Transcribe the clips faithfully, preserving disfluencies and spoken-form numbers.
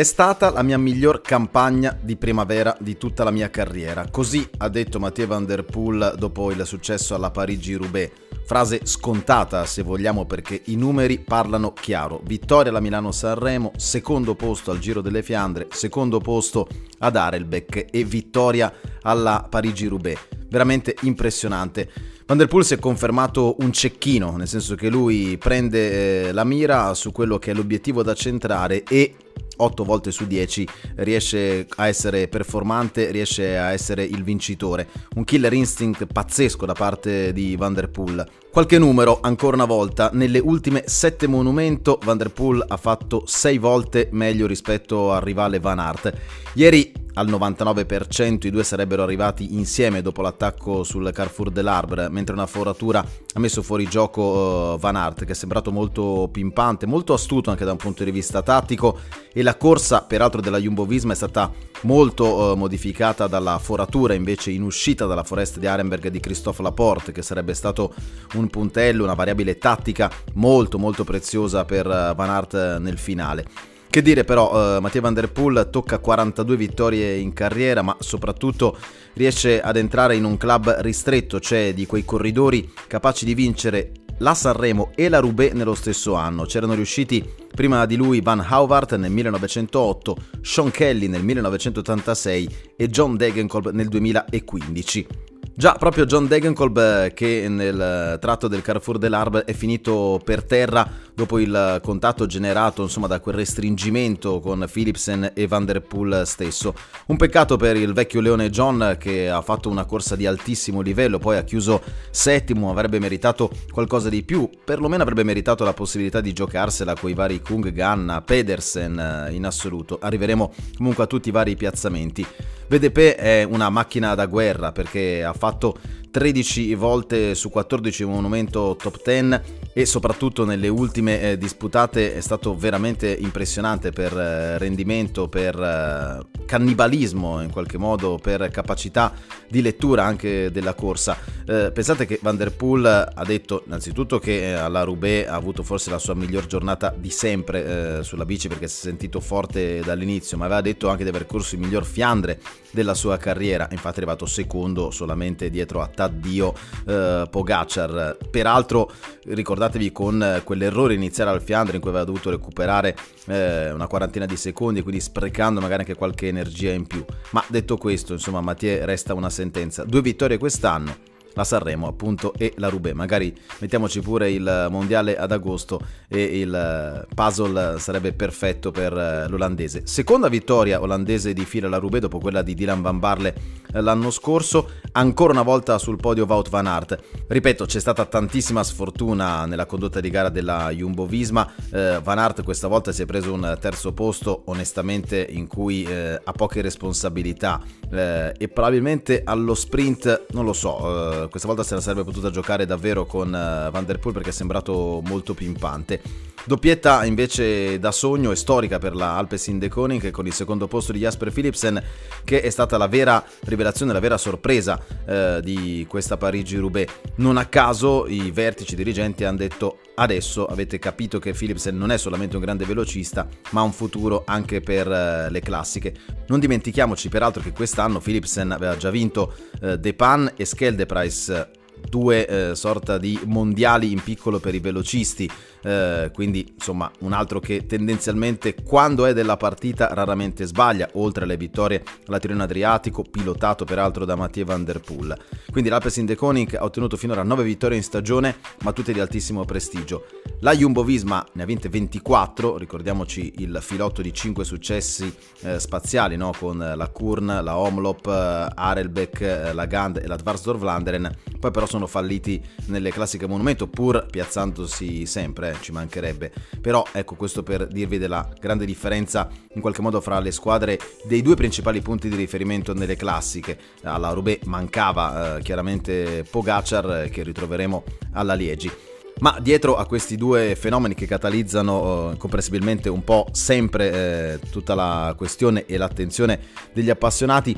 È stata la mia miglior campagna di primavera di tutta la mia carriera. Così ha detto Mathieu van der Poel dopo il successo alla Parigi-Roubaix. Frase scontata, se vogliamo, perché i numeri parlano chiaro. Vittoria alla Milano-Sanremo, secondo posto al Giro delle Fiandre, secondo posto ad Harelbeke e vittoria alla Parigi-Roubaix. Veramente impressionante. Van der Poel si è confermato un cecchino, nel senso che lui prende eh, la mira su quello che è l'obiettivo da centrare e otto volte su dieci riesce a essere performante, riesce a essere il vincitore. Un killer instinct pazzesco da parte di Van der Poel. Qualche numero, ancora una volta, nelle ultime sette monumento Van der Poel ha fatto sei volte meglio rispetto al rivale Van Aert. Ieri al novantanove per cento i due sarebbero arrivati insieme dopo l'attacco sul Carrefour de l'Arbre, mentre una foratura ha messo fuori gioco uh, Van Aert, che è sembrato molto pimpante, molto astuto anche da un punto di vista tattico, e la corsa peraltro della Jumbo-Visma è stata molto uh, modificata dalla foratura invece in uscita dalla foresta di Arenberg di Christophe Laporte, che sarebbe stato un puntello, una variabile tattica molto molto preziosa per uh, Van Aert nel finale. Che dire però, uh, Mathieu van der Poel tocca quarantadue vittorie in carriera, ma soprattutto riesce ad entrare in un club ristretto, cioè di quei corridori capaci di vincere la Sanremo e la Roubaix nello stesso anno. C'erano riusciti prima di lui Van Aert nel millenovecentootto, Sean Kelly nel millenovecentottantasei e John Degenkolb nel duemilaquindici. Già proprio John Degenkolb, che nel tratto del Carrefour de l'Arbre è finito per terra dopo il contatto generato insomma da quel restringimento con Philipsen e Van der Poel stesso. Un peccato per il vecchio leone John, che ha fatto una corsa di altissimo livello, poi ha chiuso settimo, avrebbe meritato qualcosa di più, perlomeno avrebbe meritato la possibilità di giocarsela con i vari Kung, Ganna, Pedersen in assoluto. Arriveremo comunque a tutti i vari piazzamenti. V D P è una macchina da guerra perché ha fatto tredici volte su quattordici monumento top dieci e soprattutto nelle ultime eh, disputate è stato veramente impressionante per eh, rendimento, per eh, cannibalismo in qualche modo, per capacità di lettura anche della corsa. Eh, pensate che Van der Poel ha detto innanzitutto che eh, alla Roubaix ha avuto forse la sua miglior giornata di sempre eh, sulla bici, perché si è sentito forte dall'inizio, ma aveva detto anche di aver corso il miglior Fiandre della sua carriera, infatti è arrivato secondo solamente dietro a Taddio eh, Pogacar. Peraltro ricordatevi con eh, quell'errore iniziale al Fiandre in cui aveva dovuto recuperare eh, una quarantina di secondi, quindi sprecando magari anche qualche energia in più. Ma detto questo, insomma, Mathieu resta una sentenza: due vittorie quest'anno, la Sanremo appunto e la Roubaix. Magari mettiamoci pure il mondiale ad agosto e il puzzle sarebbe perfetto per l'olandese. Seconda vittoria olandese di fila alla Roubaix dopo quella di Dylan van Baarle l'anno scorso, ancora una volta sul podio Wout van Aert. Ripeto, c'è stata tantissima sfortuna nella condotta di gara della Jumbo-Visma. eh, Van Aert questa volta si è preso un terzo posto onestamente in cui eh, ha poche responsabilità eh, e probabilmente allo sprint non lo so, eh, questa volta se la sarebbe potuta giocare davvero con uh, Van der Poel, perché è sembrato molto pimpante. Doppietta invece da sogno e storica per la Alpecin-Deceuninck con il secondo posto di Jasper Philipsen, che è stata la vera rivelazione, la vera sorpresa uh, di questa Parigi-Roubaix. Non a caso i vertici dirigenti hanno detto: adesso avete capito che Philipsen non è solamente un grande velocista, ma ha un futuro anche per uh, le classiche. Non dimentichiamoci peraltro che quest'anno Philipsen aveva già vinto uh, De Pan e Scheldeprijs, due eh, sorta di mondiali in piccolo per i velocisti, eh, quindi insomma un altro che tendenzialmente quando è della partita raramente sbaglia, oltre alle vittorie alla Tirreno Adriatico, pilotato peraltro da Mathieu van der Poel. Quindi l'Alpecin-Deceuninck ha ottenuto finora nove vittorie in stagione, ma tutte di altissimo prestigio. La Jumbo-Visma ne ha vinte ventiquattro, ricordiamoci il filotto di cinque successi eh, spaziali, no? Con la Kuurne, la Omloop, eh, Harelbeke, eh, la Gand e la Dvarsdorp-Vlaanderen. Poi però sono falliti nelle classiche monumento, pur piazzandosi sempre, eh, ci mancherebbe. Però ecco, questo per dirvi della grande differenza in qualche modo fra le squadre dei due principali punti di riferimento nelle classiche. Alla Roubaix mancava eh, chiaramente Pogacar, eh, che ritroveremo alla Liegi. Ma dietro a questi due fenomeni che catalizzano eh, comprensibilmente un po' sempre eh, tutta la questione e l'attenzione degli appassionati,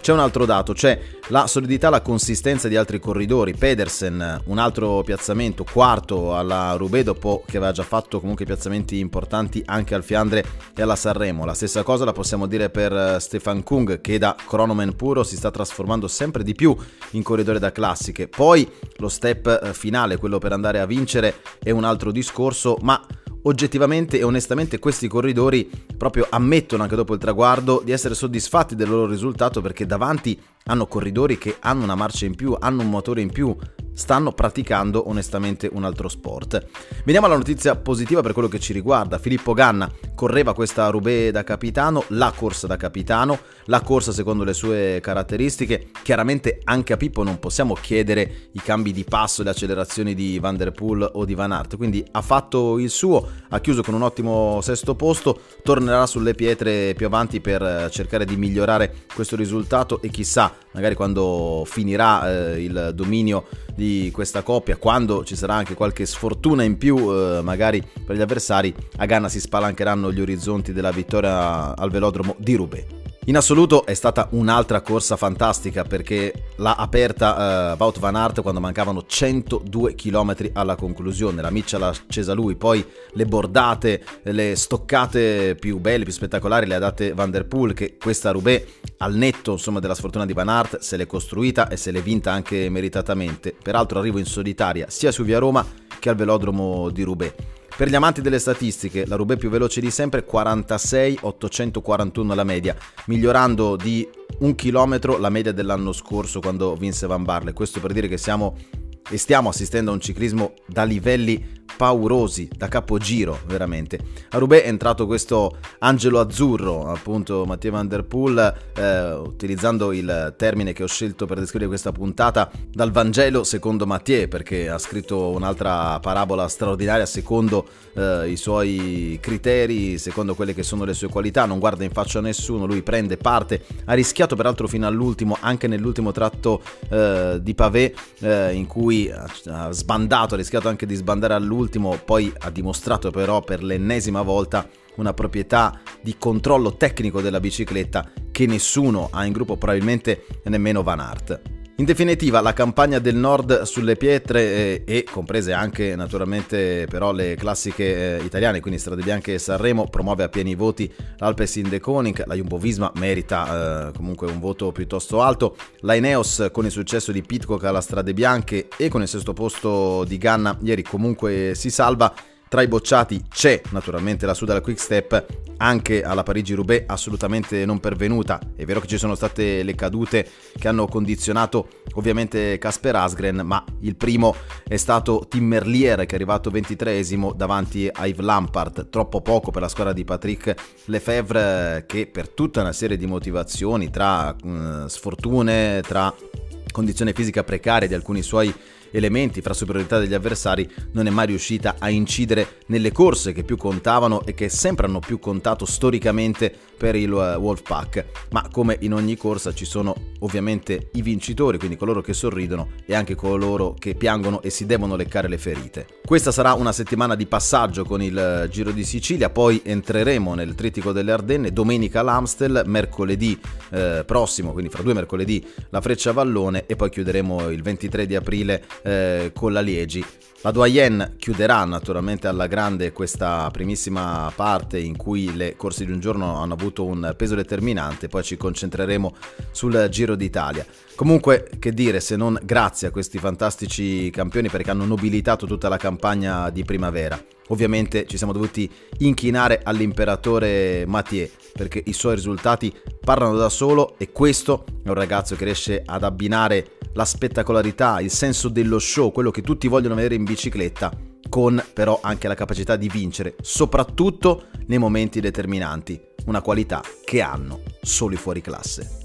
c'è un altro dato, c'è la solidità, la consistenza di altri corridori. Pedersen, un altro piazzamento, quarto alla Roubaix dopo che aveva già fatto comunque piazzamenti importanti anche al Fiandre e alla Sanremo. La stessa cosa la possiamo dire per Stefan Kung, che da cronoman puro si sta trasformando sempre di più in corridore da classiche. Poi lo step finale, quello per andare a vincere, è un altro discorso, ma oggettivamente e onestamente questi corridori proprio ammettono anche dopo il traguardo di essere soddisfatti del loro risultato, perché davanti hanno corridori che hanno una marcia in più, hanno un motore in più, stanno praticando onestamente un altro sport. Veniamo alla notizia positiva per quello che ci riguarda. Filippo Ganna correva questa Roubaix da capitano, la corsa da capitano, la corsa secondo le sue caratteristiche. Chiaramente anche a Pippo non possiamo chiedere i cambi di passo e le accelerazioni di Van der Poel o di Van Aert, quindi ha fatto il suo, ha chiuso con un ottimo sesto posto, tornerà sulle pietre più avanti per cercare di migliorare questo risultato e chissà, magari quando finirà eh, il dominio di questa coppia, quando ci sarà anche qualche sfortuna in più eh, magari per gli avversari, a Ganna si spalancheranno gli orizzonti della vittoria al velodromo di Roubaix. In assoluto è stata un'altra corsa fantastica, perché l'ha aperta uh, Wout van Aert quando mancavano centodue chilometri alla conclusione. La miccia l'ha accesa lui, poi le bordate, le stoccate più belle, più spettacolari le ha date Van der Poel, che questa Roubaix, al netto insomma della sfortuna di Van Aert, se l'è costruita e se l'è vinta anche meritatamente. Peraltro arrivo in solitaria sia su Via Roma che al velodromo di Roubaix. Per gli amanti delle statistiche, la Roubaix più veloce di sempre, quarantasei virgola ottocentoquarantuno la media, migliorando di un chilometro la media dell'anno scorso quando vinse Van Barle. Questo per dire che siamo e stiamo assistendo a un ciclismo da livelli paurosi, da capogiro veramente. A Roubaix è entrato questo angelo azzurro, appunto Mathieu Van der Poel, eh, utilizzando il termine che ho scelto per descrivere questa puntata, dal Vangelo secondo Mathieu, perché ha scritto un'altra parabola straordinaria secondo eh, i suoi criteri, secondo quelle che sono le sue qualità. Non guarda in faccia a nessuno, lui prende parte, ha rischiato peraltro fino all'ultimo, anche nell'ultimo tratto eh, di pavé eh, in cui ha, ha sbandato, ha rischiato anche di sbandare all'ultimo. Poi ha dimostrato però per l'ennesima volta una proprietà di controllo tecnico della bicicletta che nessuno ha in gruppo, probabilmente nemmeno Van Aert. In definitiva, la campagna del Nord sulle pietre eh, e comprese anche naturalmente però le classiche eh, italiane, quindi Strade Bianche e Sanremo, promuove a pieni voti l'Alpecin Deceuninck. La Jumbo-Visma merita eh, comunque un voto piuttosto alto. La Ineos con il successo di Pidcock alla Strade Bianche e con il sesto posto di Ganna ieri comunque si salva. Tra i bocciati c'è naturalmente la Soudal Quick-Step, anche alla Parigi-Roubaix assolutamente non pervenuta. È vero che ci sono state le cadute che hanno condizionato ovviamente Kasper Asgreen, ma il primo è stato Tim Merlier, che è arrivato ventitreesimo davanti a Yves Lampard. Troppo poco per la squadra di Patrick Lefevre, che per tutta una serie di motivazioni, tra uh, sfortune, tra condizione fisica precaria di alcuni suoi elementi, fra superiorità degli avversari, non è mai riuscita a incidere nelle corse che più contavano e che sempre hanno più contato storicamente per il Wolfpack. Ma come in ogni corsa ci sono ovviamente i vincitori, quindi coloro che sorridono, e anche coloro che piangono e si devono leccare le ferite. Questa sarà una settimana di passaggio con il Giro di Sicilia, poi entreremo nel Trittico delle Ardenne, domenica l'Amstel, mercoledì eh, prossimo, quindi fra due mercoledì la Frecciavallone, e poi chiuderemo il ventitré di aprile eh, con la Liegi. La Doyenne chiuderà naturalmente alla grande questa primissima parte in cui le corse di un giorno hanno avuto un peso determinante, poi ci concentreremo sul Giro d'Italia. Comunque, che dire se non grazie a questi fantastici campioni, perché hanno nobilitato tutta la campagna di primavera. Ovviamente ci siamo dovuti inchinare all'imperatore Mathieu, perché i suoi risultati parlano da solo, e questo è un ragazzo che riesce ad abbinare la spettacolarità, il senso dello show, quello che tutti vogliono vedere in bicicletta, con però anche la capacità di vincere, soprattutto nei momenti determinanti, una qualità che hanno solo i fuoriclasse.